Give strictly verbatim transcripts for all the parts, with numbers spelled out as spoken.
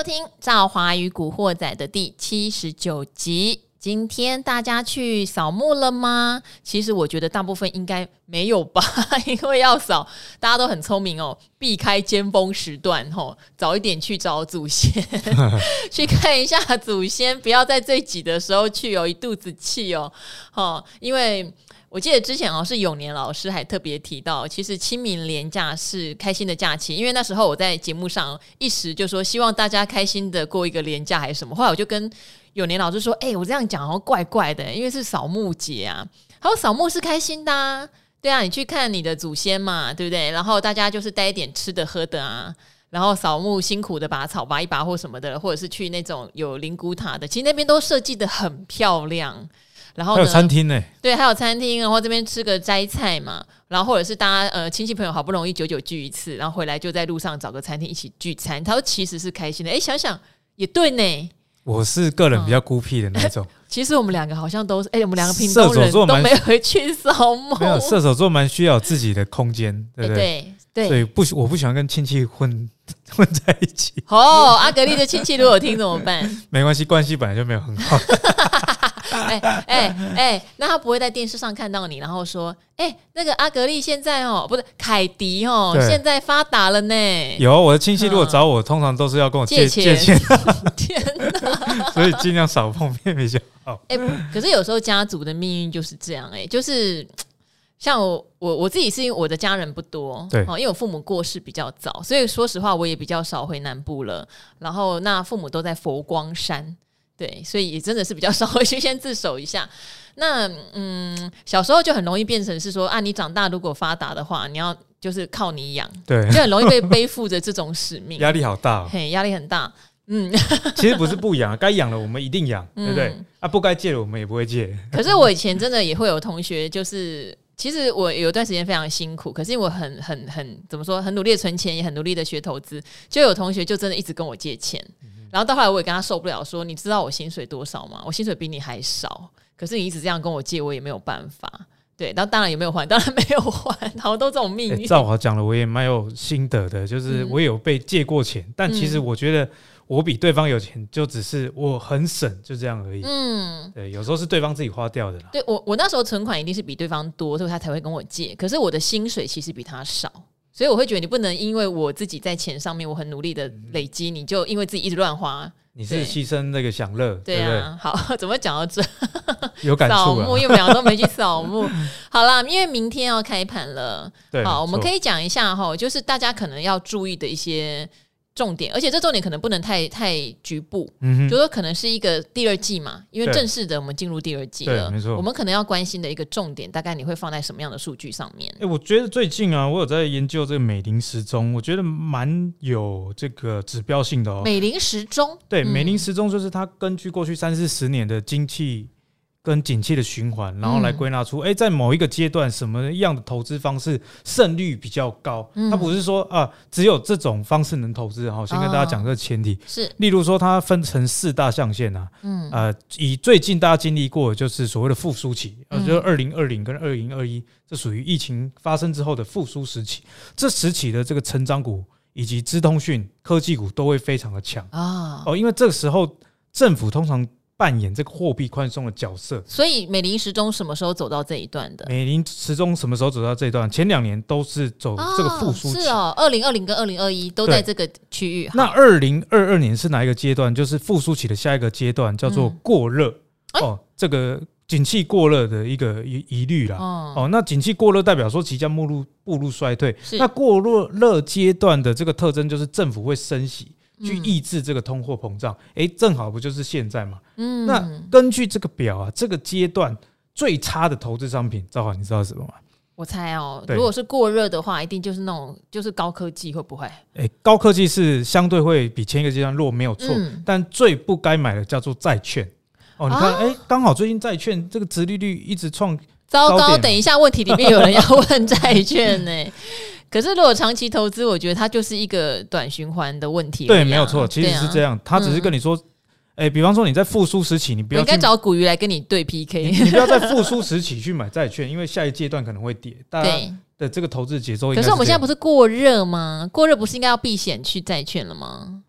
听《赵华与古惑仔》的第七十九集。今天大家去扫墓了吗？其实我觉得大部分应该没有吧，因为要扫，大家都很聪明哦，避开尖峰时段哦，早一点去找祖先，去看一下祖先，不要在最挤的时候去哦，一肚子气哦，哦，因为。我记得之前哦，是永年老师还特别提到，其实清明连假是开心的假期，因为那时候我在节目上一时就说希望大家开心的过一个连假还是什么，后来我就跟永年老师说，哎、欸，我这样讲好像怪怪的，因为是扫墓节啊，他说扫墓是开心的啊，对啊，你去看你的祖先嘛，对不对？然后大家就是带一点吃的喝的啊，然后扫墓辛苦的拔草拔一拔或什么的，或者是去那种有灵骨塔的，其实那边都设计的很漂亮。然后呢， 还有餐厅呢、欸， 对，还有餐厅，然后这边吃个摘菜嘛，然后或者是大家呃亲戚朋友好不容易久久聚一次，然后回来就在路上找个餐厅一起聚餐，他说其实是开心的。哎，想想也对呢。 我是个人比较孤僻的那种。 嗯、其实我们两个好像都是，哎，我们两个屏东人都没回去扫墓。 没有，射手座蛮需要有自己的空间，对不对？ 对对， 所以不，我不喜欢跟亲戚混混在一起。 哦，阿格丽的亲戚如果听怎么办？ 没关系，关系本来就没有很好。 哎哎哎，那他不会在电视上看到你，然后说：“哎、欸，那个阿格丽现在哦，不是凯迪哦，现在发达了呢。” 有我的亲戚如果找我，嗯、通常都是要跟我借借钱。 天哪！ 所以尽量少碰面比较好。 哎、欸，可是有时候家族的命运就是这样、欸，哎，就是像我我我自己是因为我的家人不多， 对， 因为我父母过世比较早，所以说实话我也比较少回南部了。然后那父母都在佛光山。对，所以也真的是比较少回去，先自首一下。那嗯，小时候就很容易变成是说啊，你长大如果发达的话，你要就是靠你养， 对， 就很容易被背负着这种使命， 压力好大、哦， 嘿，压力很大。嗯， 其实不是不养，该养了我们一定养，对不对？嗯、啊，不该借的我们也不会借。 可是我以前真的也会有同学，就是其实我有一段时间非常辛苦，可是因为我很很很怎么说，很努力的存钱，也很努力的学投资，就有同学就真的一直跟我借钱。然后到后来我也跟他受不了，说你知道我薪水多少吗？我薪水比你还少，可是你一直这样跟我借，我也没有办法。对，然后当然有没有还？当然没有还，好像都这种命运。 赵华讲了，我也蛮有心得的，就是我也有被借过钱，嗯、但其实我觉得我比对方有钱，就只是我很省，就这样而已。嗯，对，有时候是对方自己花掉的啦。 对我，我那时候存款一定是比对方多，所以他才会跟我借。可是我的薪水其实比他少。所以我会觉得你不能因为我自己在钱上面我很努力的累积，你就因为自己一直乱花， 你是牺牲那个享乐， 对啊。 对对好，怎么讲到这？ 有感触啊。 扫墓，因为我们两个都没去扫墓。好啦，因为明天要开盘了， 对， 好，我们可以讲一下哈，就是大家可能要注意的一些重点，而且这重点可能不能太太局部，嗯，就说可能是一个第二季嘛，因为正式的我们进入第二季了， 没错， 我们可能要关心的一个重点，大概你会放在什么样的数据上面？ 欸、我觉得最近啊，我有在研究这个美林时钟，我觉得蛮有这个指标性的哦。 美林时钟， 对，嗯、美林时钟就是它根据过去三四十年的经济跟景气的循环，然后来归纳出，哎、嗯欸，在某一个阶段什么样的投资方式胜率比较高？嗯、它不是说啊，只有这种方式能投资。好，先跟大家讲这个前提、哦、 是， 例如说它分成四大象限啊，嗯，呃，以最近大家经历过的就是所谓的复苏期，呃，就是二零二零跟二零二一，这属于疫情发生之后的复苏时期。这时期的这个成长股以及资通讯科技股都会非常的强啊，哦，因为这个时候政府通常扮演这个货币宽松的角色。 所以美林时钟什么时候走到这一段的？ 美林时钟什么时候走到这一段？前两年都是走这个复苏期、哦、 是哦，二零二零跟二零二一都在这个区域。 那二零二二年是哪一个阶段？就是复苏期的下一个阶段，叫做过热、嗯欸、哦，这个景气过热的一个疑虑啦、哦哦、那景气过热代表说即将步入步入衰退。那过热阶段的这个特征就是政府会升息去抑制这个通货膨胀，哎、嗯，正好不就是现在嘛？嗯，那根据这个表啊，这个阶段最差的投资商品，赵华你知道什么吗？ 我猜哦，如果是过热的话，一定就是那种就是高科技，会不会？ 哎，高科技是相对会比前一个阶段弱，没有错、嗯。但最不该买的叫做债券。哦，你看，哎、啊，刚好最近债券这个殖利率一直创糟糕。等一下，问题里面有人要问债券呢、欸。可是如果长期投资，我觉得它就是一个短循环的问题。 对，没有错，其实是这样。他、啊、只是跟你说，哎、嗯欸，比方说你在复苏时期，你不要应该找股鱼来跟你对 P K， 你, 你不要在复苏时期去买债券，因为下一阶段可能会跌。大家的这个投资节奏应该是这样。 可是我们现在不是过热吗？过热不是应该要避险去债券了吗？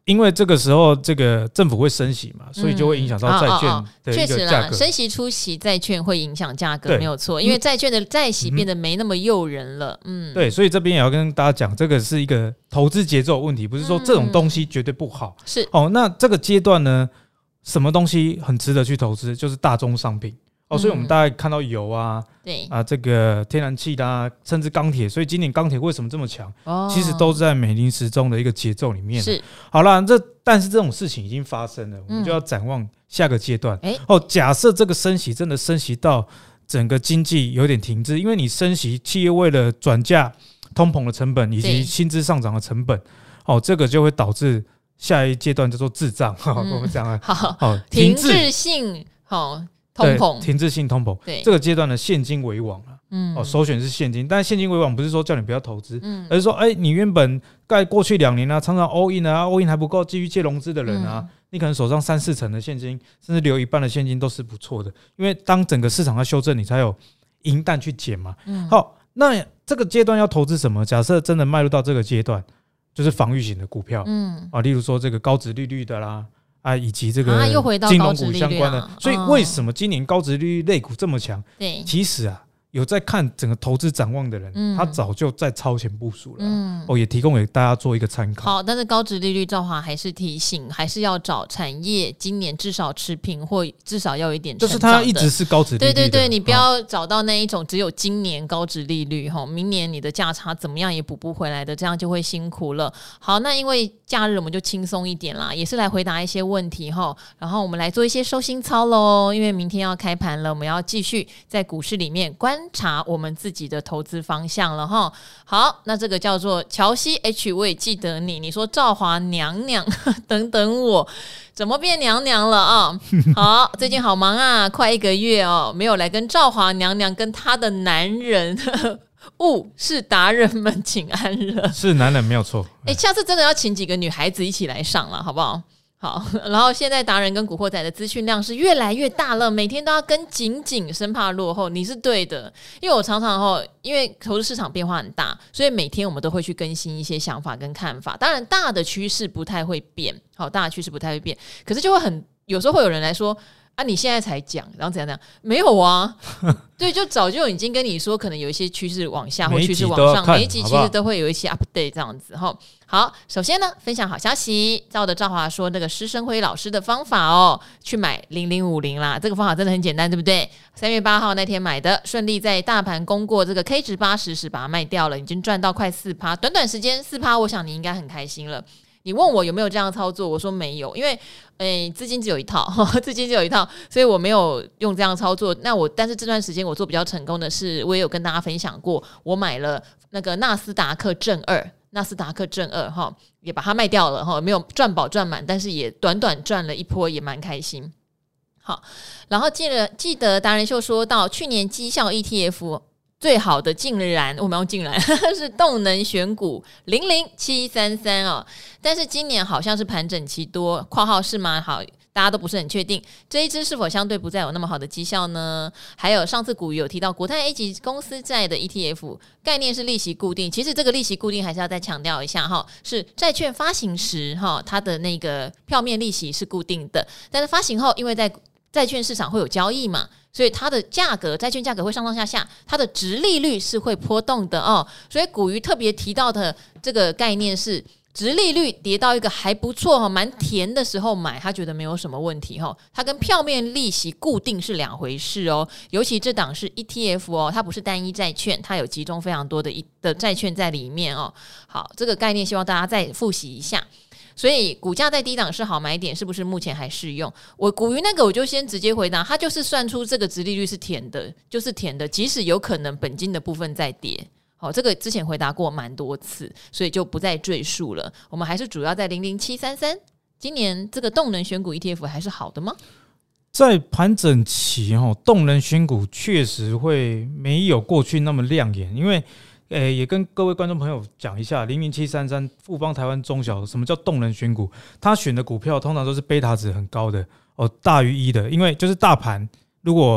因为这个时候这个政府会升息嘛，所以就会影响到债券的一个价格。 确、嗯哦哦、升息出息，债券会影响价格，没有错。因为债券的债息变得没那么诱人了。嗯， 对，所以这边也要跟大家讲，这个是一个投资节奏的问题，不是说这种东西绝对不好。 嗯、是哦，那这个阶段呢，什么东西很值得去投资？就是大宗商品。哦，所以我们大概看到油啊， 对啊，这个天然气啦、啊，甚至钢铁，所以今年钢铁为什么这么强？ 哦， 其实都在美林时钟的一个节奏里面。 是， 好啦，这但是这种事情已经发生了，我们就要展望下个阶段。 嗯、 哦，假设这个升息真的升息到整个经济有点停滞，因为你升息，企业为了转嫁通膨的成本以及薪资上涨的成本，哦，这个就会导致下一阶段叫做滞胀。嗯、我们讲啊， 好，哦、停滞性好。通膨， 停滞性通膨， 对这个阶段的现金为王啊， 嗯， 哦，首选是现金，但是现金为王不是说叫你不要投资，嗯，而是说，哎、欸，你原本在过去两年啊，常常 all in 啊 ，all in 还不够，继续借融资的人啊，嗯、你可能手上三四成的现金，甚至留一半的现金都是不错的，因为当整个市场要修正，你才有银弹去捡嘛。嗯，好，那这个阶段要投资什么？假设真的迈入到这个阶段，就是防御型的股票，嗯，啊，例如说这个高殖利率的啦。啊，以及这个金融股相关的，啊、所以为什么今年高殖利率类股这么强？对，其实啊，有在看整个投资展望的人，嗯、他早就在超前部署了、啊。嗯，哦，也提供给大家做一个参考。 好，但是高殖利率，兆华还是提醒，还是要找产业今年至少持平，或至少要有一点成长的， 就是它一直是高殖利率的。 对对对，你不要找到那一种只有今年高殖利率，哈、哦，明年你的价差怎么样也补不回来的，这样就会辛苦了。好，那因为假日我们就轻松一点啦，也是来回答一些问题哈，然后我们来做一些收心操喽，因为明天要开盘了，我们要继续在股市里面观察我们自己的投资方向了哈。好，那这个叫做乔西 H， 我也记得你，你说兆华娘娘等等我，怎么变娘娘了啊？好，最近好忙啊，快一个月哦，没有来跟兆华娘娘跟她的男人。勿是达人们请安了， 是男人没有错。 哎、欸，下次真的要请几个女孩子一起来上了，好不好？好，然后现在达人跟古惑仔的资讯量是越来越大了，每天都要跟紧紧，生怕落后。你是对的，因为我常常后，因为投资市场变化很大，所以每天我们都会去更新一些想法跟看法。当然，大的趋势不太会变，好，大的趋势不太会变，可是就会很有时候会有人来说。啊！你现在才讲，然后怎样怎样？没有啊，对，就早就已经跟你说，可能有一些趋势往下或趋势往上，每一集其实都会有一些 update 这样子哈。好，首先呢，分享好消息，照的兆华说那个施生辉老师的方法哦，去买零零五零啦，这个方法真的很简单，对不对？三月八号那天买的，顺利在大盘攻过这个 K 值八十时把它卖掉了，已经赚到快四趴，短短时间四趴，我想你应该很开心了。你问我有没有这样操作，我说没有，因为诶资金只有一套，资金只有一套，所以我没有用这样操作。那我但是这段时间我做比较成功的是，我也有跟大家分享过，我买了那个纳斯达克正二，纳斯达克正二哈，也把它卖掉了哈，没有赚饱赚满，但是也短短赚了一波，也蛮开心。好，然后记得记得达人秀说到去年绩效 E T F。最好的竟然我们用竟然是动能选股零零七三三哦，但是今年好像是盘整期多，括号是吗？好，大家都不是很确定这一支是否相对不再有那么好的绩效呢？还有上次股鱼有提到国泰 A 级公司债的 E T F 概念是利息固定，其实这个利息固定还是要再强调一下哈，是债券发行时哈，它的那个票面利息是固定的，但是发行后因为在债券市场会有交易嘛，所以它的价格，债券价格会上上下下，它的殖利率是会波动的哦。所以股鱼特别提到的这个概念是，殖利率跌到一个还不错哈，蛮甜的时候买，他觉得没有什么问题哈。它跟票面利息固定是两回事哦，尤其这档是 E T F 哦，它不是单一债券，它有集中非常多的一的债券在里面哦。好，这个概念希望大家再复习一下。所以股价在低档是好买点，是不是目前还适用？我股鱼那个我就先直接回答，它就是算出这个殖利率是甜的，就是甜的，即使有可能本金的部分在跌。好，这个之前回答过蛮多次，所以就不再赘述了。我们还是主要在零零七三三，今年这个动能选股 E T F 还是好的吗？ 在盘整期动能选股确实会没有过去那么亮眼，因为诶，也跟各位观众朋友讲一下，零零七三三富邦台湾中小，什么叫动能选股？他选的股票通常都是贝塔值很高的哦，大于一的，因为就是大盘如果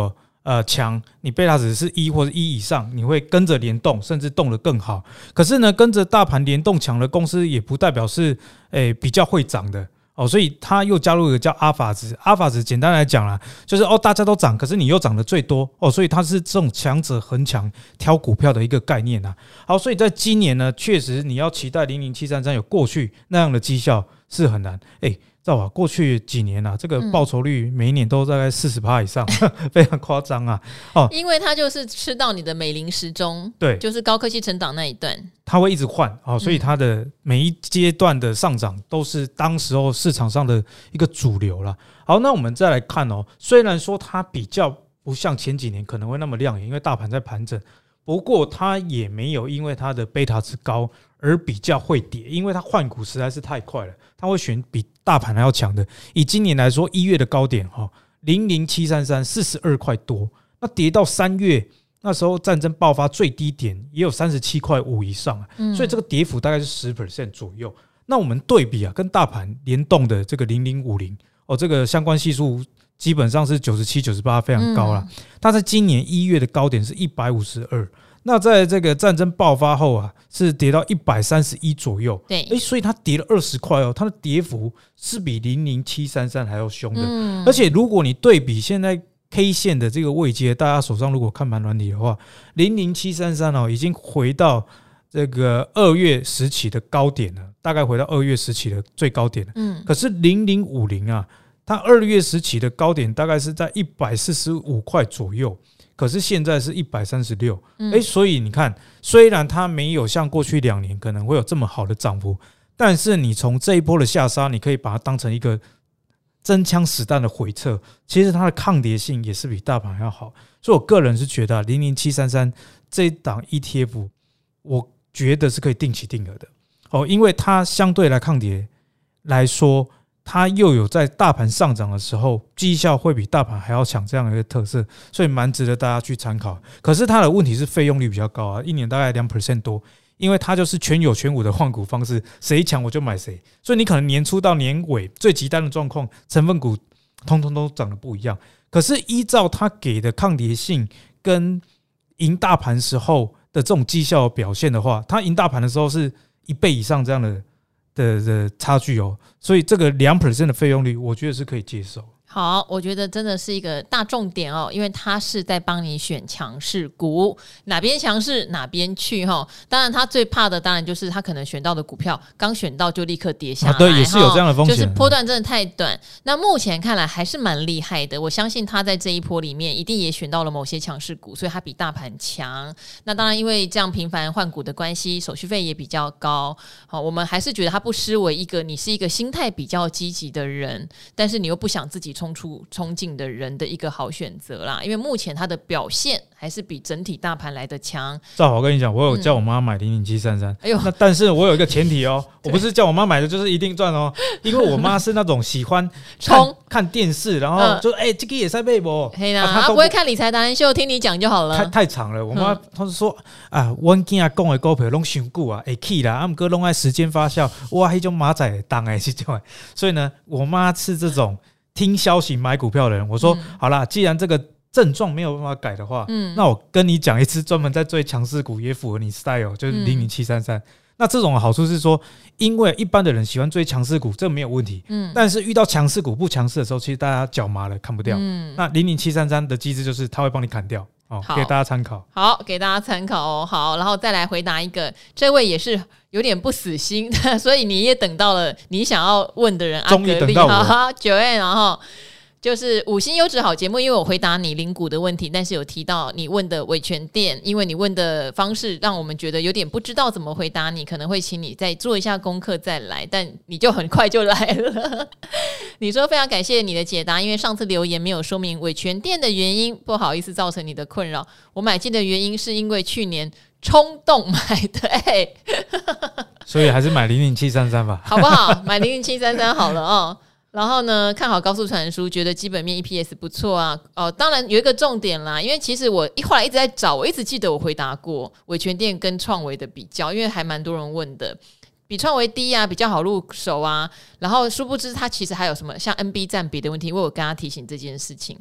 呃强，你贝塔值是一或者一以上，你会跟着联动，甚至动得更好。可是呢，跟着大盘联动强的公司，也不代表是诶、欸、比较会涨的。哦，所以他又加入一个叫阿法值，阿法值简单来讲啦，就是哦大家都涨，可是你又涨得最多哦，所以它是这种强者恒强挑股票的一个概念啊。好，所以在今年呢，确实你要期待零零七三三有过去那样的绩效是很难。哎、欸，知道吧？过去几年啊，这个报酬率每一年都大概 百分之四十 以上，嗯、非常夸张啊。哦， 因为它就是吃到你的美林时钟， 对， 就是高科技成长那一段。 它会一直换，哦，所以它的每一阶段的上涨都是当时候市场上的一个主流啦。好，那我们再来看哦，虽然说它比较不像前几年可能会那么亮眼，因为大盘在盘整，不过它也没有因为它的贝塔值高而比较会跌，因为它换股实在是太快了，它会选比大盘还要强的。以今年来说，一月的高点哈零零七三三四十二块多，那跌到三月。那时候战争爆发最低点也有三十七块五以上、啊嗯、所以这个跌幅大概是 百分之十 左右。那我们对比啊，跟大盘联动的这个零零五零哦，这个相关系数基本上是九十七、九十八，非常高啦。嗯、它在今年一月的高点是一百五十二，那在这个战争爆发后啊，是跌到一百三十一左右。 对， 欸、所以它跌了二十块哦，它的跌幅是比零零七三三还要凶的。嗯、而且如果你对比现在K 线的这个位阶，大家手上如果看盘软体的话，零零七三三哦，已经回到这个二月时期的高点了，大概回到二月时期的最高点了。嗯，可是零零五零啊，它二月时期的高点大概是在一百四十五块左右，可是现在是一百三十六。哎，所以你看，虽然它没有像过去两年可能会有这么好的涨幅，但是你从这一波的下杀，你可以把它当成一个真枪实弹的回撤，其实它的抗跌性也是比大盘还要好，所以我个人是觉得零零七三三这一档 E T F， 我觉得是可以定期定额的哦，因为它相对来抗跌来说，它又有在大盘上涨的时候绩效会比大盘还要强这样的一个特色，所以蛮值得大家去参考。可是它的问题是费用率比较高啊，一年大概 百分之二 多。因为它就是全有全无的换股方式，谁强我就买谁，所以你可能年初到年尾最极端的状况，成分股通通都涨得不一样。可是依照它给的抗跌性跟赢大盘时候的这种绩效表现的话，它赢大盘的时候是一倍以上这样的的的差距哦，所以这个 百分之二 的费用率，我觉得是可以接受。 好，我觉得真的是一个大重点哦，因为它是在帮你选强势股，哪边强势哪边去哈。当然，他最怕的当然就是他可能选到的股票刚选到就立刻跌下来，啊、 对，也是有这样的风险， 就是波段真的太短。那目前看来还是蛮厉害的，我相信他在这一波里面一定也选到了某些强势股，所以他比大盘强。那当然，因为这样频繁换股的关系，手续费也比较高。好，我们还是觉得他不失为一个你是一个心态比较积极的人，但是你又不想自己冲出冲劲的人的一个好选择啦，因为目前它的表现还是比整体大盘来的强。 赵豪，我跟你讲，我有叫我妈买零零七三三，哎呦，那但是我有一个前提哦，我不是叫我妈买的就是一定赚哦，因为我妈是那种喜欢看看电视，然后就哎、欸、这个也在背不， 嘿啦，她、啊、不会看理财达人秀，听你讲就好了。 太太长了，我妈她是说、嗯、啊，我囝啊讲的股票拢伤久啊，会起啦，啊不过拢爱时间发酵，哇，那种马仔当哎是这样，所以呢，我妈是这种听消息买股票的人，我说、嗯、好啦，既然这个症状没有办法改的话，嗯、那我跟你讲一次专门在追强势股也符合你 style， 就是零零七三三。那这种的好处是说，因为一般的人喜欢追强势股，这没有问题。嗯，但是遇到强势股不强势的时候，其实大家脚麻了看不掉。嗯，那零零七三三的机制就是它会帮你砍掉。哦，给大家参考。好， 给大家参考哦。好，然后再来回答一个，这位也是有点不死心的，所以你也等到了你想要问的人， 终于等到我。九 N， 然后就是五星优质好节目，因为我回答你零股的问题，但是有提到你问的伟全店，因为你问的方式让我们觉得有点不知道怎么回答你，可能会请你再做一下功课再来，但你就很快就来了。你说非常感谢你的解答，因为上次留言没有说明伟全店的原因，不好意思造成你的困扰。我买进的原因是因为去年冲动买的，欸、 所以还是买零零七三三吧， 好不好？买零零七三三好了哦。然后呢，看好高速传输，觉得基本面 E P S 不错啊。哦，当然有一个重点啦，因为其实我后来一直在找，我一直记得我回答过伟全店跟创维的比较，因为还蛮多人问的。比创维低啊，比较好入手啊，然后殊不知它其实还有什么像 N B 占比的问题，我有跟他提醒这件事情。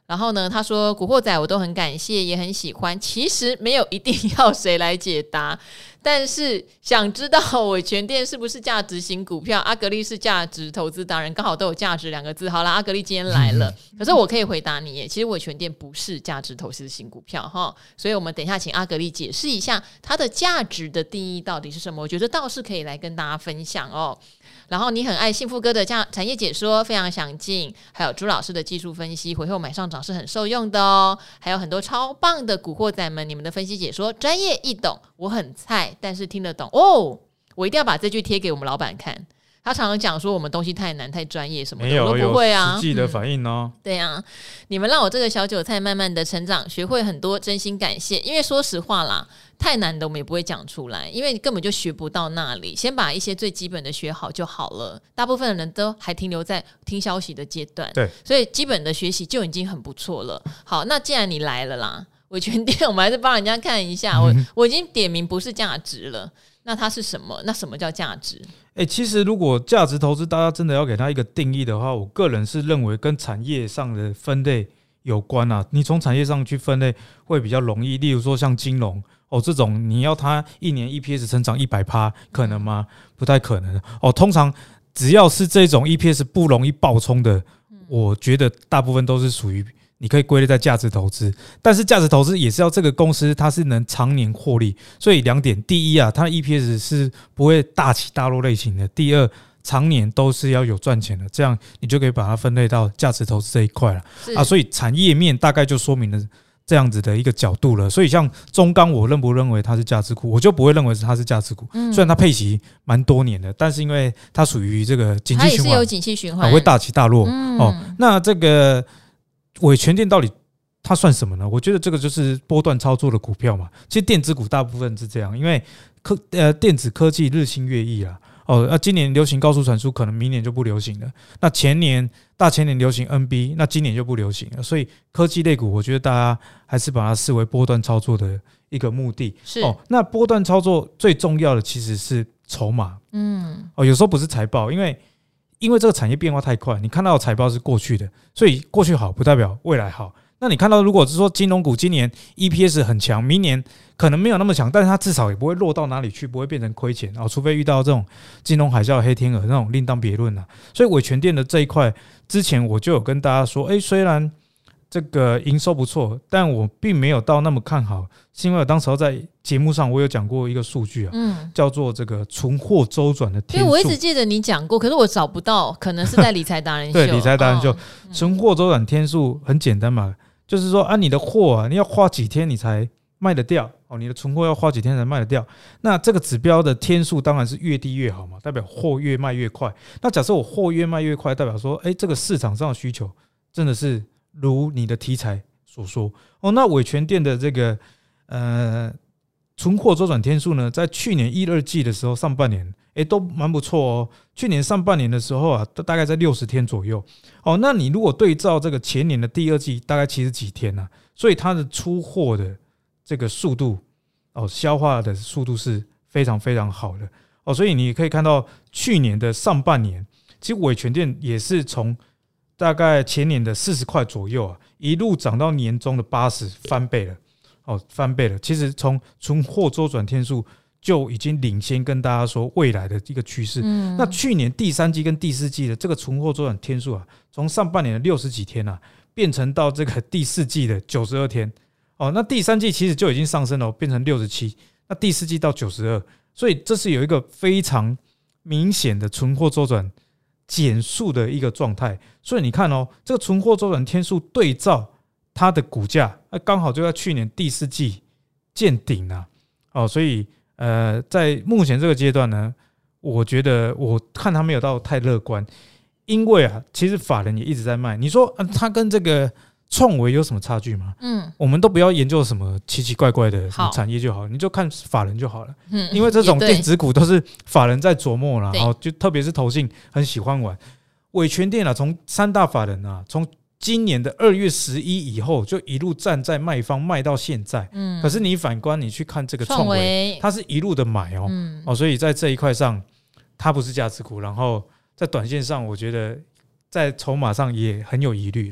然后呢，他说古惑仔我都很感谢，也很喜欢。其实没有一定要谁来解答，但是想知道伟全店是不是价值型股票，阿格力是价值投资达人，刚好都有价值两个字。好啦，阿格力今天来了，可是我可以回答你耶，其实伟全店不是价值投资型股票哈，所以我们等一下请阿格力解释一下它的价值的定义到底是什么，我觉得倒是可以来跟大家分享哦。然后你很爱幸福哥的产业解说非常详尽，还有朱老师的技术分析，回后买上涨是很受用的哦。还有很多超棒的古惑仔们，你们的分析解说专业易懂，我很菜但是听得懂哦。我一定要把这句贴给我们老板看，他常常讲说我们东西太难太专业什么的， 没有， 我都不会啊， 有实际的反应哦、 嗯、对啊，你们让我这个小韭菜慢慢的成长，学会很多，真心感谢。因为说实话啦，太难的我们也不会讲出来，因为你根本就学不到那里，先把一些最基本的学好就好了。大部分的人都还停留在听消息的阶段， 对， 所以基本的学习就已经很不错了。好，那既然你来了啦，伟全店我们还是帮人家看一下，我我已经点名不是价值了，那它是什么？那什么叫价值？ 欸、其实如果价值投资大家真的要给它一个定义的话，我个人是认为跟产业上的分类有关啊。你从产业上去分类会比较容易，例如说像金融哦，这种你要它一年 E P S 成长 百分之百 可能吗？不太可能哦。通常只要是这种 E P S 不容易爆冲的，我觉得大部分都是属于你可以归类在价值投资。但是价值投资也是要这个公司它是能常年获利，所以两点：第一啊，它的 E P S 是不会大起大落类型的；第二，常年都是要有赚钱的，这样你就可以把它分类到价值投资这一块了啊。所以产业面大概就说明了这样子的一个角度了。所以像中钢，我认不认为它是价值股，我就不会认为它是价值股。嗯、虽然它配息蛮多年的，但是因为它属于这个景气循环，它也是有景气循环、 啊，会大起大落、 嗯、 哦。那这个伟全店到底它算什么呢？我觉得这个就是波段操作的股票嘛。其实电子股大部分是这样，因为科呃电子科技日新月异啊。哦，那今年流行高速传输，可能明年就不流行了。那前年大前年流行 N B， 那今年就不流行了。所以科技类股，我觉得大家还是把它视为波段操作的一个目的。 是哦，那波段操作最重要的其实是筹码。嗯，哦，有时候不是财报，因为因为这个产业变化太快，你看到的财报是过去的，所以过去好不代表未来好。那你看到，如果是说金融股今年 E P S 很强，明年可能没有那么强，但是它至少也不会落到哪里去，不会变成亏钱、哦、除非遇到这种金融海啸、黑天鹅那种另当别论啦。所以伟全店的这一块，之前我就有跟大家说，哎，虽然这个营收不错，但我并没有到那么看好，是因为我当时候在节目上我有讲过一个数据啊，嗯、叫做这个存货周转的天数。 因为我一直记得你讲过，可是我找不到，可能是在理财达人秀。 对，理财达人秀，存货周转天数很简单嘛。就是说啊，你的货啊，你要花几天你才卖得掉哦？你的存货要花几天才卖得掉？那这个指标的天数当然是越低越好嘛，代表货越卖越快。那假设我货越卖越快，代表说，哎，这个市场上的需求真的是如你的题材所说哦。那伟全店的这个呃存货周转天数呢，在去年一二季的时候，上半年诶都蛮不错哦。去年上半年的时候啊，大概在六十天左右哦。那你如果对照这个前年的第二季，大概七十几天啊，所以它的出货的这个速度哦，消化的速度是非常非常好的哦。所以你可以看到去年的上半年，其实伟全店也是从大概前年的四十块左右啊，一路涨到年中的八十，翻倍了。哦，翻倍了。其实从存货周转天数就已经领先跟大家说未来的一个趋势。嗯、那去年第三季跟第四季的这个存货周转天数啊，从上半年的六十几天啊，变成到这个第四季的九十二天。哦，那第三季其实就已经上升了，变成六十七。那第四季到九十二，所以这是有一个非常明显的存货周转减速的一个状态。所以你看哦，这个存货周转天数对照它的股价，刚好就在去年第四季见顶啊，哦，所以呃，在目前这个阶段呢，我觉得我看它没有到太乐观，因为啊，其实法人也一直在卖。你说、啊、它跟这个创维有什么差距吗？嗯，我们都不要研究什么奇奇怪怪的什么产业就好，你就看法人就好了。嗯，因为这种电子股都是法人在琢磨啦，哦，就特别是投信很喜欢玩。伟全店啊，从三大法人啊，从今年的二月十一以后，就一路站在卖方卖到现在。嗯，可是你反观你去看这个创维，它是一路的买哦、嗯、哦，所以在这一块上，它不是价值股，然后在短线上，我觉得在筹码上也很有疑虑了。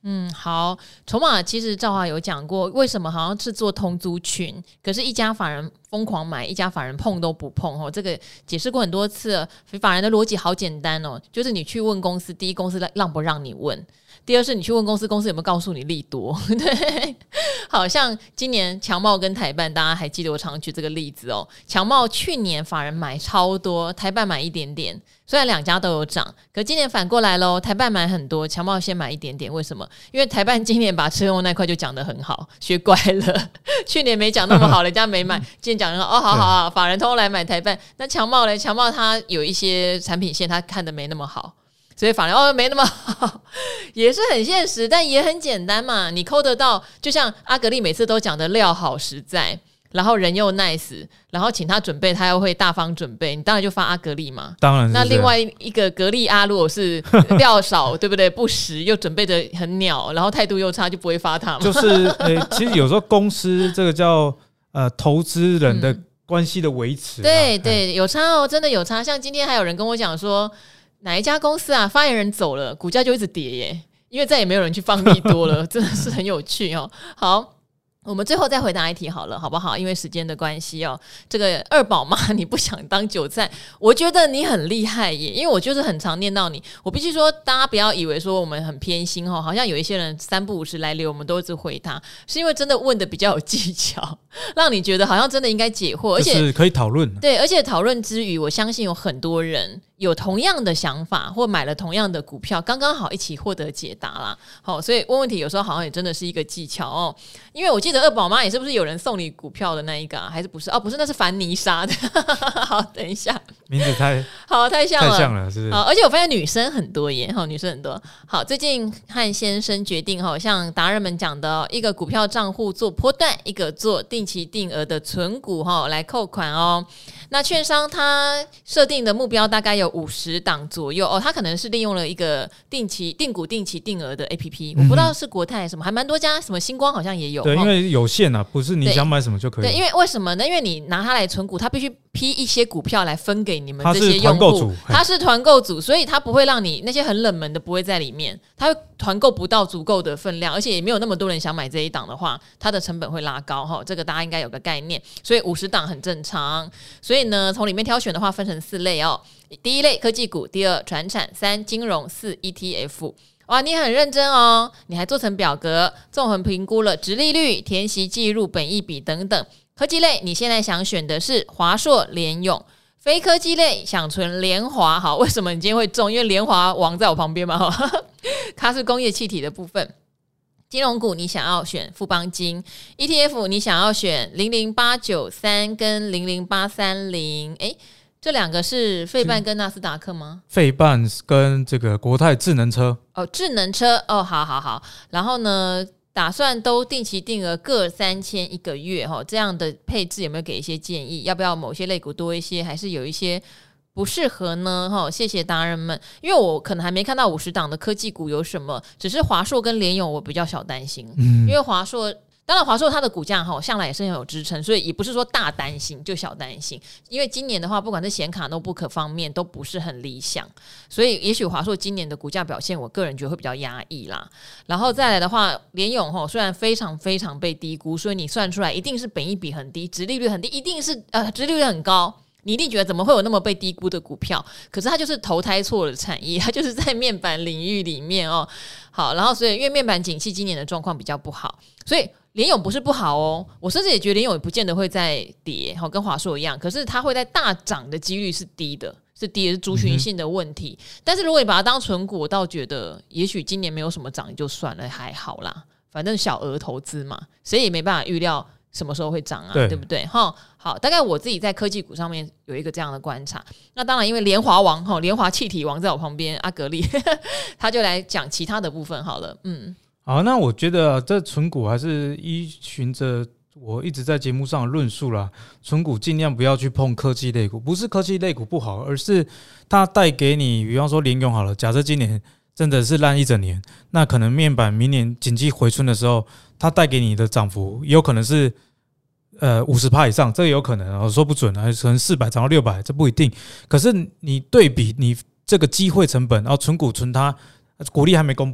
嗯，好，筹码其实兆华有讲过，为什么好像是做通租群，可是一家法人疯狂买，一家法人碰都不碰哦。这个解释过很多次了，法人的逻辑好简单哦，就是你去问公司，第一公司让不让你问，第二是你去问公司，公司有没有告诉你利多？对，好像今年强茂跟台办，大家还记得我常举这个例子哦。强茂去年法人买超多，台办买一点点，虽然两家都有涨，可今年反过来咯，台办买很多，强茂先买一点点。为什么？因为台办今年把车用那块就讲得很好，学乖了。去年没讲那么好，人家没买，今年讲得很好，哦，好好好，法人通来买台办。那强茂嘞，强茂它有一些产品线，它看得没那么好。所以法人哦没那么好，也是很现实，但也很简单嘛。你抠得到，就像阿格力每次都讲的料好实在，然后人又 nice， 然后请他准备，他又会大方准备，你当然就发阿格力嘛。 当然是。 那另外一个格力阿，如果是料少，对不对？不实又准备的很鸟，然后态度又差，就不会发他嘛。 就是，欸、其实有时候公司这个叫呃投资人的关系的维持、啊嗯， 对对，有差哦，真的有差。像今天还有人跟我讲说。哪一家公司啊？发言人走了，股价就一直跌耶，因为再也没有人去放利多了，真的是很有趣哦。好，我们最后再回答一题好了，好不好？因为时间的关系哦，这个二宝妈你不想当韭菜，我觉得你很厉害耶，因为我就是很常念到你。我必须说，大家不要以为说我们很偏心哦，好像有一些人三不五时来留，我们都一直回他，是因为真的问的比较有技巧，让你觉得好像真的应该解惑，而且就是可以讨论。 对，而且讨论之余，我相信有很多人。有同样的想法或买了同样的股票，刚刚好一起获得解答啦。好，所以问问题有时候好像也真的是一个技巧哦。因为我记得二宝妈也是不是有人送你股票的那一个、啊，还是不是？哦，不是，那是凡妮莎的。好，等一下， 名字太好太像了， 太像了，是不是？ 好，而且我发现女生很多耶，好，女生很多。好，最近汉先生决定哈，像达人们讲的，一个股票账户做波段，一个做定期定额的存股哈，来扣款哦。那券商它设定的目标大概有五十档左右哦，它可能是利用了一个定期定股定期定额的 A P P，、嗯、我不知道是国泰什么，还蛮多家，什么星光好像也有。 对，因为有限啊，不是你想买什么就可以。 对，因为为什么呢？因为你拿它来存股，它必须批一些股票来分给你们这些用户，它是团购组，所以它不会让你那些很冷门的不会在里面，它会团购不到足够的分量，而且也没有那么多人想买这一档的话，它的成本会拉高哈，这个大家应该有个概念。所以五十档很正常，所以呢，从里面挑选的话分成四类哦。第一类科技股，第二传产，三金融，四 E T F。哇，你很认真哦，你还做成表格，综合评估了殖利率、填息记录、本益比等等。科技类，你现在想选的是华硕、联咏；非科技类想存联华。好，为什么你今天会中？因为联华王在我旁边嘛，它是工业气体的部分。金融股你想要选富邦金 ，E T F 你想要选零零八九三跟零零八三零，哎。这两个是费半跟纳斯达克吗？ 费半跟这个国泰智能车哦，智能车哦，好好好。然后呢，打算都定期定额各三千一个月哈、哦，这样的配置有没有给一些建议？要不要某些类股多一些，还是有一些不适合呢？哈、哦，谢谢达人们，因为我可能还没看到五十档的科技股有什么，只是华硕跟联咏我比较小担心，嗯，因为华硕。当然华硕它的股价向来也是很有支撑，所以也不是说大担心就小担心，因为今年的话不管是显卡 notebook 方面都不是很理想，所以也许华硕今年的股价表现我个人觉得会比较压抑啦。然后再来的话，联咏虽然非常非常被低估，所以你算出来一定是本益比很低，殖利率很低，一定是呃殖利率很高，你一定觉得怎么会有那么被低估的股票，可是它就是投胎错了产业，它就是在面板领域里面哦。好，然后所以因为面板景气今年的状况比较不好，所以联咏不是不好哦，我甚至也觉得联咏也不见得会再跌，跟华硕一样，可是它会在大涨的几率是低的，是低的，是族群性的问题、嗯、但是如果你把它当存股，我倒觉得也许今年没有什么涨就算了，还好啦，反正小额投资嘛，谁也没办法预料什么时候会涨啊， 对, 对不对？好，大概我自己在科技股上面有一个这样的观察。那当然，因为联华王、联华气体王在我旁边，阿格力他就来讲其他的部分好了。嗯， 好，那我觉得、啊、这存股还是依循着我一直在节目上的论述啦，存股尽量不要去碰科技类股，不是科技类股不好，而是它带给你，比方说联咏好了，假设今年真的是烂一整年，那可能面板明年景气回春的时候，它带给你的涨幅也有可能是呃 百分之五十 以上，这个有可能、哦、说不准啊，可能四百涨到六百，这不一定。可是你对比你这个机会成本，然后存股存它，股利还没公布啦，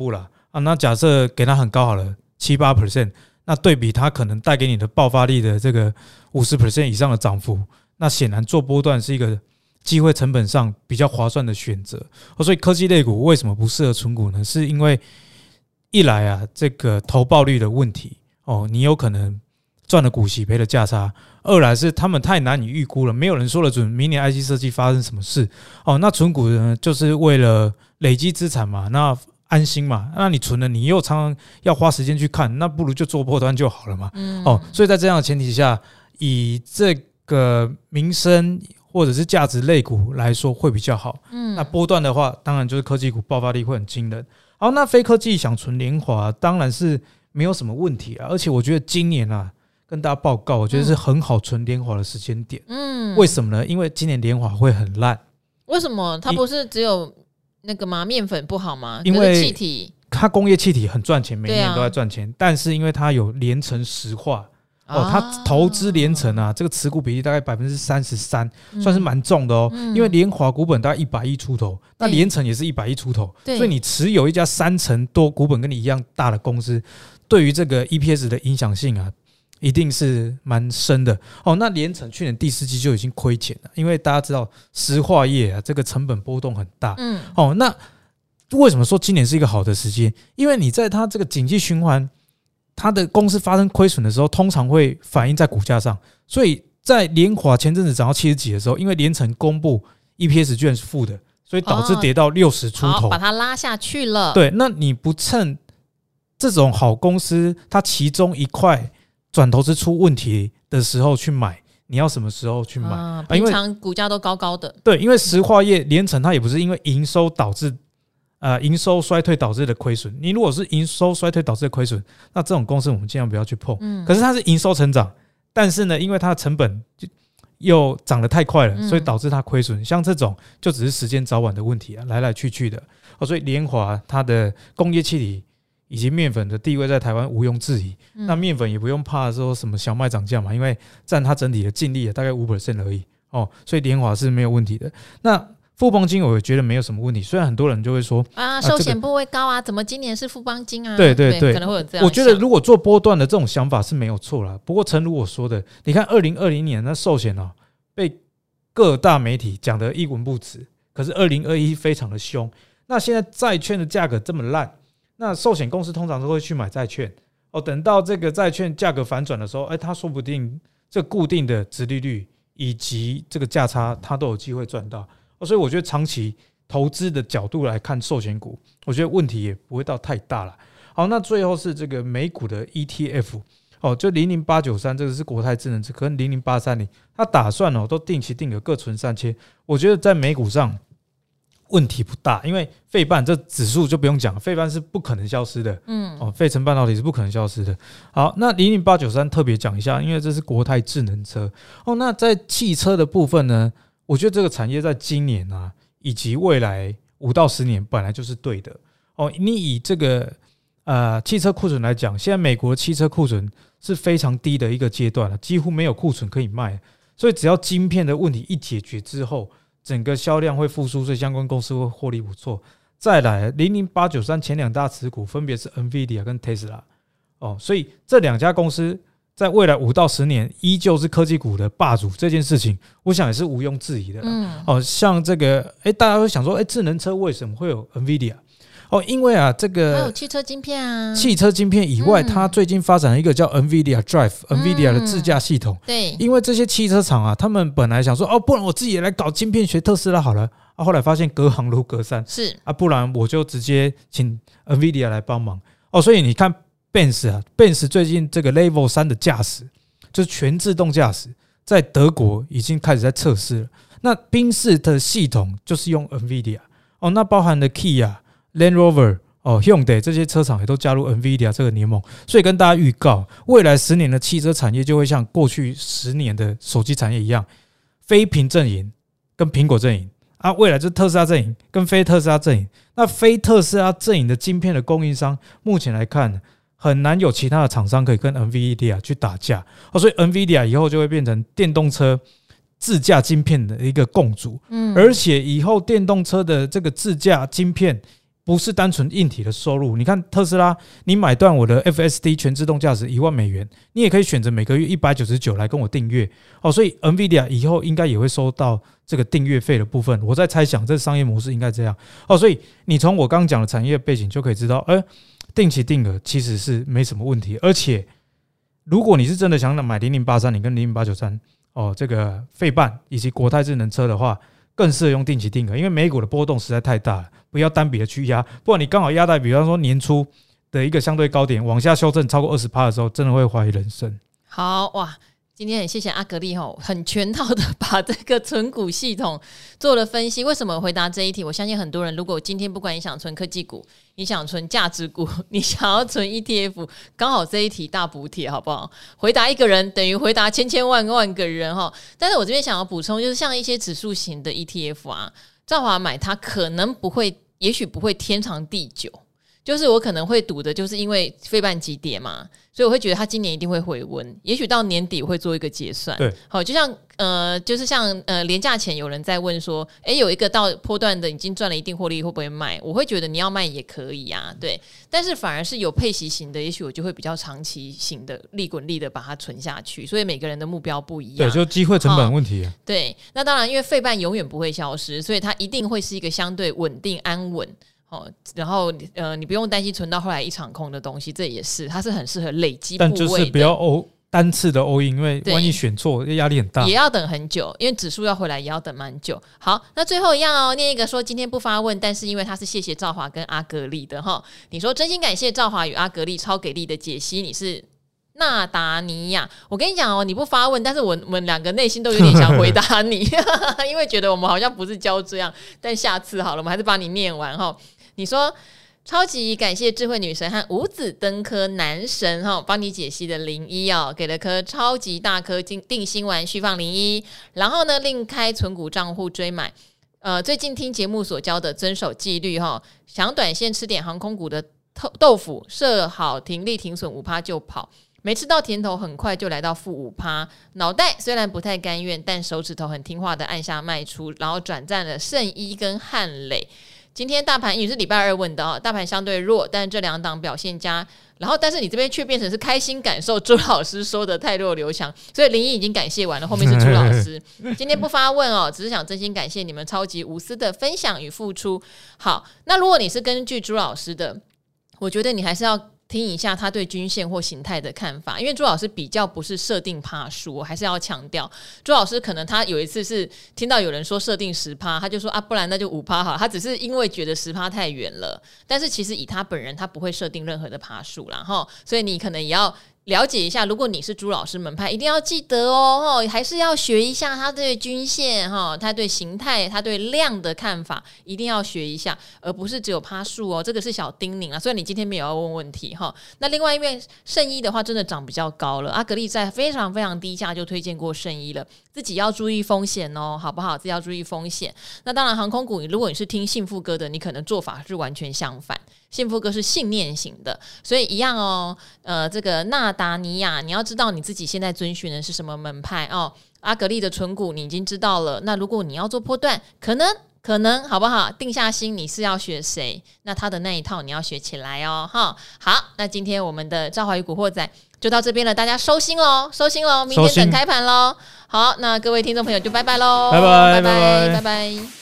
啊，那假设给它很高好了，七八 percent， 那对比它可能带给你的爆发力的这个 百分之五十 以上的涨幅，那显然做波段是一个机会成本上比较划算的选择。哦，所以科技类股为什么不适合存股呢？是因为一来啊，这个投报率的问题哦，你有可能赚了股息赔了价差；二来是他们太难以预估了，没有人说得准明年 I C 设计发生什么事哦。那存股呢，就是为了累积资产嘛，那安心嘛。那你存了，你又常常要花时间去看，那不如就做波段就好了嘛。嗯、哦，所以在这样的前提下，以这个民生或者是价值类股来说会比较好。嗯，那波段的话，当然就是科技股爆发力会很惊人。好，那非科技想存联华，当然是没有什么问题啊。而且我觉得今年啊，跟大家报告，我觉得是很好存联华的时间点。嗯，为什么呢？因为今年联华会很烂。 为什么？它不是只有那个吗？面粉不好吗？ 因为气体， 它工业气体很赚钱，每年都在赚钱。啊、但是因为它有联成石化。哦，他投资联成啊，这个持股比例大概百分之三十三，算是蛮重的哦。嗯、因为联华股本大概一百亿出头，那联成也是一百亿出头，所以你持有一家三成多股本跟你一样大的公司，对于这个 E P S 的影响性啊，一定是蛮深的哦。那联成去年第四季就已经亏钱了，因为大家知道石化业啊，这个成本波动很大。嗯，哦，那为什么说今年是一个好的时间？因为你在它这个景气循环。它的公司发生亏损的时候，通常会反映在股价上，所以在联华前阵子涨到七十几的时候，因为联成公布 E P S 居然是负的，所以导致跌到六十出头， 哦、把它拉下去了。 对，那你不趁这种好公司它其中一块转投资出问题的时候去买，你要什么时候去买？ 啊、平常股价都高高的。 对，因为石化业联成它也不是因为营收导致。呃，营收衰退导致的亏损，你如果是营收衰退导致的亏损，那这种公司我们尽量不要去碰。嗯、可是它是营收成长，但是呢，因为它的成本就又涨得太快了，嗯、所以导致它亏损。像这种就只是时间早晚的问题啊，来来去去的。哦，所以联华它的工业气体以及面粉的地位在台湾毋庸置疑。嗯、那面粉也不用怕说什么小麦涨价嘛，因为占它整体的净利也大概 百分之五 而已。哦，所以联华是没有问题的。那富邦金我也觉得没有什么问题，虽然很多人就会说啊，寿险部位高啊，怎么今年是富邦金啊？ 对对 对, 对， 可能会有这样。 我觉得如果做波段的这种想法是没有错啦。不过诚如我说的，你看二零二零年那寿险啊，被各大媒体讲得一文不值，可是二零二一非常的凶。那现在债券的价格这么烂，那寿险公司通常都会去买债券哦。等到这个债券价格反转的时候，哎，他说不定这固定的殖利率以及这个价差，他都有机会赚到。所以我觉得长期投资的角度来看寿险股，我觉得问题也不会到太大了。好，那最后是这个美股的 E T F 哦，就零零八九三这个是国泰智能跟零零八三零，它打算哦都定期定额各存三千，我觉得在美股上问题不大，因为费半这指数就不用讲，费半是不可能消失的，嗯，哦，费城半导体是不可能消失的。好，那零零八九三特别讲一下，因为这是国泰智能车哦。那在汽车的部分呢？我觉得这个产业在今年啊，以及未来五到十年本来就是对的哦。你以这个呃汽车库存来讲，现在美国的汽车库存是非常低的一个阶段了，几乎没有库存可以卖，所以只要晶片的问题一解决之后，整个销量会复苏，所以相关公司会获利不错。再来零零八九三前两大持股分别是 NVIDIA 跟 Tesla 哦，所以这两家公司。在未来五到十年，依旧是科技股的霸主，这件事情，我想也是毋庸置疑的啦。嗯，哦，像这个，哎，大家会想说，哎，智能车为什么会有 NVIDIA？ 哦，因为啊，这个还有汽车晶片啊， 汽车晶片以外，嗯、它最近发展了一个叫 NVIDIA Drive、嗯、NVIDIA 的自驾系统。 对， 因为这些汽车厂啊，他们本来想说，哦，不然我自己也来搞晶片，学特斯拉好了。啊，后来发现隔行如隔山， 是啊，不然我就直接请 NVIDIA 来帮忙。哦，所以你看。Benz 啊 ，Benz 最近这个 Level 三的驾驶就是全自动驾驶，在德国已经开始在测试了。那宾士的系统就是用 NVIDIA 哦，那包含了 Kia、Land Rover 哦、Hyundai 这些车厂也都加入 NVIDIA 这个联盟。所以跟大家预告，未来十年的汽车产业就会像过去十年的手机产业一样，非苹阵营跟苹果阵营啊，未来就是特斯拉阵营跟非特斯拉阵营。那非特斯拉阵营的晶片的供应商，目前来看。很难有其他的厂商可以跟 NVIDIA 去打架，哦，所以 NVIDIA 以后就会变成电动车自驾晶片的一个共主，嗯，而且以后电动车的这个自驾晶片不是单纯硬体的收入。你看特斯拉，你买断我的 F S D 全自动驾驶一万美元，你也可以选择每个月一百九十九来跟我订阅哦。所以 NVIDIA 以后应该也会收到这个订阅费的部分。我在猜想这商业模式应该这样哦。所以你从我刚刚讲的产业背景就可以知道，呃，定期定额其实是没什么问题。而且如果你是真的想买零零八三零跟零零八九三哦，这个费半以及国泰智能车的话，更适合用定期定额，因为美股的波动实在太大了，不要单笔的去压，不然你刚好压在比方说年初的一个相对高点往下修正超过 百分之二十 的时候，真的会怀疑人生。 好哇，今天很谢谢阿格力吼，很全套的把这个存股系统做了分析。为什么回答这一题？我相信很多人，如果今天不管你想存科技股，你想存价值股，你想要存 E T F， 刚好这一题大补帖，好不好？回答一个人等于回答千千万万个人哈。但是我这边想要补充，就是像一些指数型的 E T F 啊，兆华买它可能不会，也许不会天长地久。就是我可能会赌的，就是因为费半急跌嘛，所以我会觉得它今年一定会回温，也许到年底我会做一个结算。 对， 好，就像呃，就是像呃，连假前有人在问说，哎，有一个到波段的已经赚了一定获利，会不会卖？我会觉得你要卖也可以啊，对。但是反而是有配息型的，也许我就会比较长期型的利滚利的把它存下去。所以每个人的目标不一样， 对，就机会成本问题、啊。 对，那当然，因为费半永远不会消失，所以它一定会是一个相对稳定安稳。哦，然后呃，你不用担心存到后来一场空的东西，这也是它是很适合累积部位的， 但就是不要欧单次的 all in， 因为万一选错压力很大， 也要等很久，因为指数要回来也要等蛮久。好，那最后一样哦，念一个说今天不发问，但是因为他是谢谢兆华跟阿格力的哈，你说真心感谢兆华与阿格力超给力的解析，你是纳达尼亚，我跟你讲哦，你不发问，但是我我们两个内心都有点想回答你，因为觉得我们好像不是教这样，但下次好了，我们还是把你念完哈。你说超级感谢智慧女神和五子登科男神哈，帮你解析的零一哦，给了颗超级大颗定心丸续放零一，然后呢另开存股账户追买。呃，最近听节目所教的遵守纪律哈，想短线吃点航空股的豆腐，设好停利停损 百分之五 就跑。没吃到甜头，很快就来到负 百分之五， 脑袋虽然不太甘愿，但手指头很听话的按下卖出，然后转战了圣一跟汉磊。今天大盘也是礼拜二问的哦，大盘相对弱，但这两档表现佳。然后，但是你这边却变成是开心感受朱老师说的太弱留强，所以林一已经感谢完了，后面是朱老师。今天不发问哦，只是想真心感谢你们超级无私的分享与付出。好，那如果你是根据朱老师的，我觉得你还是要听一下他对均线或形态的看法，因为朱老师比较不是设定趴数，我还是要强调，朱老师可能他有一次是听到有人说设定十趴，他就说啊，不然那就五趴好了，他只是因为觉得十趴太远了，但是其实以他本人，他不会设定任何的趴数啦齁，所以你可能也要了解一下，如果你是朱老师门派，一定要记得哦，还是要学一下他对均线哈，他对形态、他对量的看法，一定要学一下，而不是只有趴数哦。这个是小叮咛啊，所以你今天没有要问问题哈。那另外一面圣一的话，真的涨比较高了，阿格力在非常非常低价就推荐过圣一了，自己要注意风险哦，好不好？自己要注意风险。那当然，航空股，如果你是听幸福哥的，你可能做法是完全相反。幸福哥是信念型的，所以一样哦。呃，这个纳达尼亚，你要知道你自己现在遵循的是什么门派哦。阿格力的存股你已经知道了，那如果你要做波段，可能可能好不好？定下心你是要学谁，那他的那一套你要学起来哦。哈，好，那今天我们的赵华与古惑仔就到这边了，大家收心喽，收心喽，明天等开盘喽。好，那各位听众朋友就拜拜喽， 拜拜拜拜拜拜。